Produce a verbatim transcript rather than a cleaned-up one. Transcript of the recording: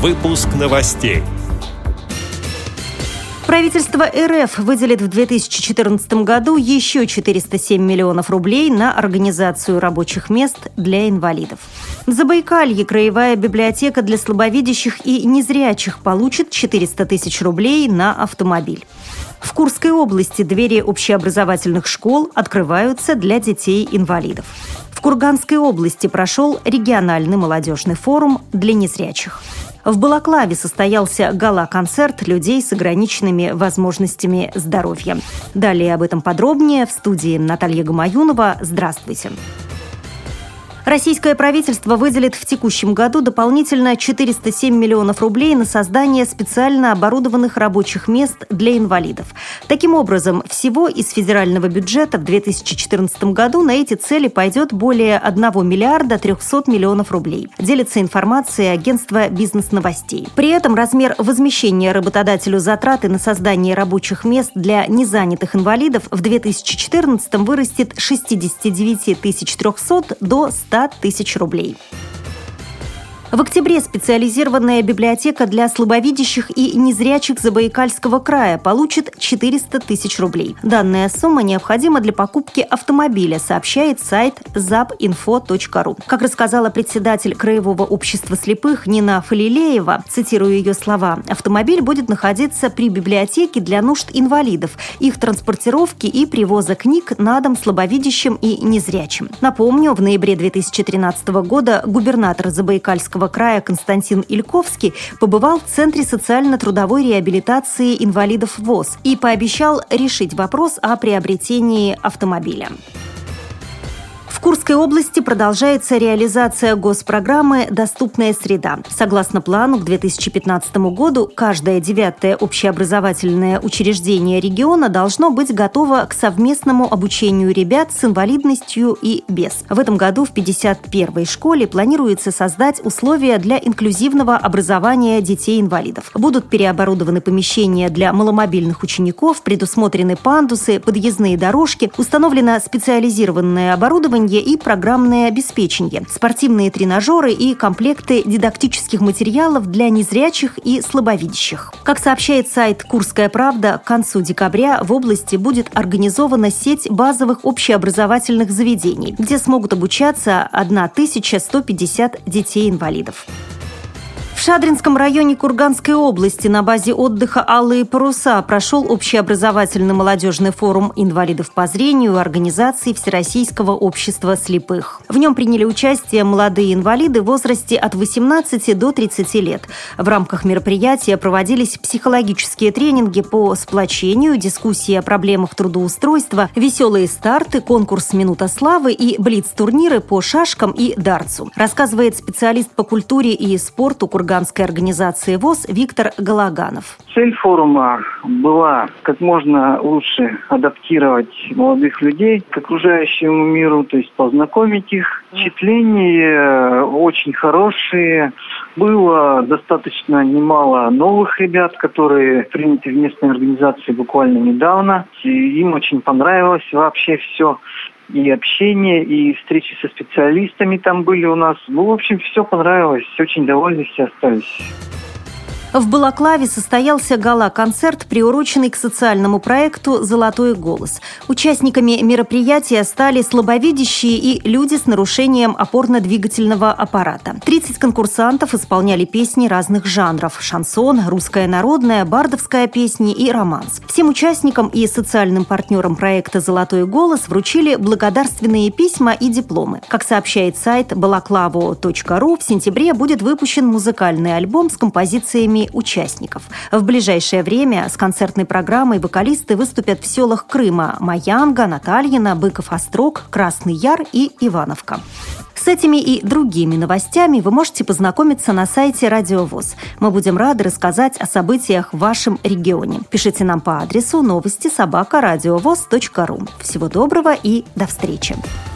Выпуск новостей. Правительство эр эф выделит в две тысячи четырнадцатом году еще четыреста семь миллионов рублей на организацию рабочих мест для инвалидов. В Забайкалье краевая библиотека для слабовидящих и незрячих получит четыреста тысяч рублей на автомобиль. В Курской области двери общеобразовательных школ открываются для детей-инвалидов. В Курганской области прошел региональный молодежный форум для незрячих. В Балаклаве состоялся гала-концерт людей с ограниченными возможностями здоровья. Далее об этом подробнее в студии Наталья Гамаюнова. Здравствуйте. Российское правительство выделит в текущем году дополнительно четыреста семь миллионов рублей на создание специально оборудованных рабочих мест для инвалидов. Таким образом, всего из федерального бюджета в две тысячи четырнадцатом году на эти цели пойдет более одного миллиарда трехсот миллионов рублей. Делится информацией агентства «Бизнес-новостей». При этом размер возмещения работодателю затраты на создание рабочих мест для незанятых инвалидов в две тысячи четырнадцатом вырастет с шестидесяти девяти тысяч трехсот до ста тысяч рублей. В октябре специализированная библиотека для слабовидящих и незрячих Забайкальского края получит четыреста тысяч рублей. Данная сумма необходима для покупки автомобиля, сообщает сайт зап инфо точка ру. Как рассказала председатель Краевого общества слепых Нина Фалилеева, цитирую ее слова, автомобиль будет находиться при библиотеке для нужд инвалидов, их транспортировки и привоза книг на дом слабовидящим и незрячим. Напомню, в ноябре две тысячи тринадцатого года губернатор Забайкальского края Константин Ильковский побывал в Центре социально-трудовой реабилитации инвалидов ВОС и пообещал решить вопрос о приобретении автомобиля. В Курской области продолжается реализация госпрограммы «Доступная среда». Согласно плану, к две тысячи пятнадцатому году каждое девятое общеобразовательное учреждение региона должно быть готово к совместному обучению ребят с инвалидностью и без. В этом году в пятьдесят первой школе планируется создать условия для инклюзивного образования детей-инвалидов. Будут переоборудованы помещения для маломобильных учеников, предусмотрены пандусы, подъездные дорожки, установлено специализированное оборудование и программное обеспечение, спортивные тренажеры и комплекты дидактических материалов для незрячих и слабовидящих. Как сообщает сайт «Курская правда», к концу декабря в области будет организована сеть базовых общеобразовательных заведений, где смогут обучаться тысяча сто пятьдесят детей-инвалидов. В Шадринском районе Курганской области на базе отдыха «Алые паруса» прошел общеобразовательный молодежный форум инвалидов по зрению организации Всероссийского общества слепых. В нем приняли участие молодые инвалиды в возрасте от восемнадцати до тридцати лет. В рамках мероприятия проводились психологические тренинги по сплочению, дискуссии о проблемах трудоустройства, веселые старты, конкурс «Минута славы» и блиц-турниры по шашкам и дартсу, рассказывает специалист по культуре и спорту Курганской организации ВОС Виктор Галаганов. Цель форума была как можно лучше адаптировать молодых людей к окружающему миру, то есть познакомить их. Впечатления очень хорошие. Было достаточно немало новых ребят, которые приняты в местной организации буквально недавно. И им очень понравилось вообще все. И общение, и встречи со специалистами там были у нас. Ну, в общем, все понравилось. Очень довольны все остались. В Балаклаве состоялся гала-концерт, приуроченный к социальному проекту «Золотой голос». Участниками мероприятия стали слабовидящие и люди с нарушением опорно-двигательного аппарата. тридцать конкурсантов исполняли песни разных жанров – шансон, русская народная, бардовская песни и романс. Всем участникам и социальным партнерам проекта «Золотой голос» вручили благодарственные письма и дипломы. Как сообщает сайт балаклаву точка ру, в сентябре будет выпущен музыкальный альбом с композициями участников. В ближайшее время с концертной программой вокалисты выступят в селах Крыма – Маянга, Натальино, Быков-Острог, Красный Яр и Ивановка. С этими и другими новостями вы можете познакомиться на сайте Радио ВОС. Мы будем рады рассказать о событиях в вашем регионе. Пишите нам по адресу новости собака радиовос точка ру. Всего доброго и до встречи!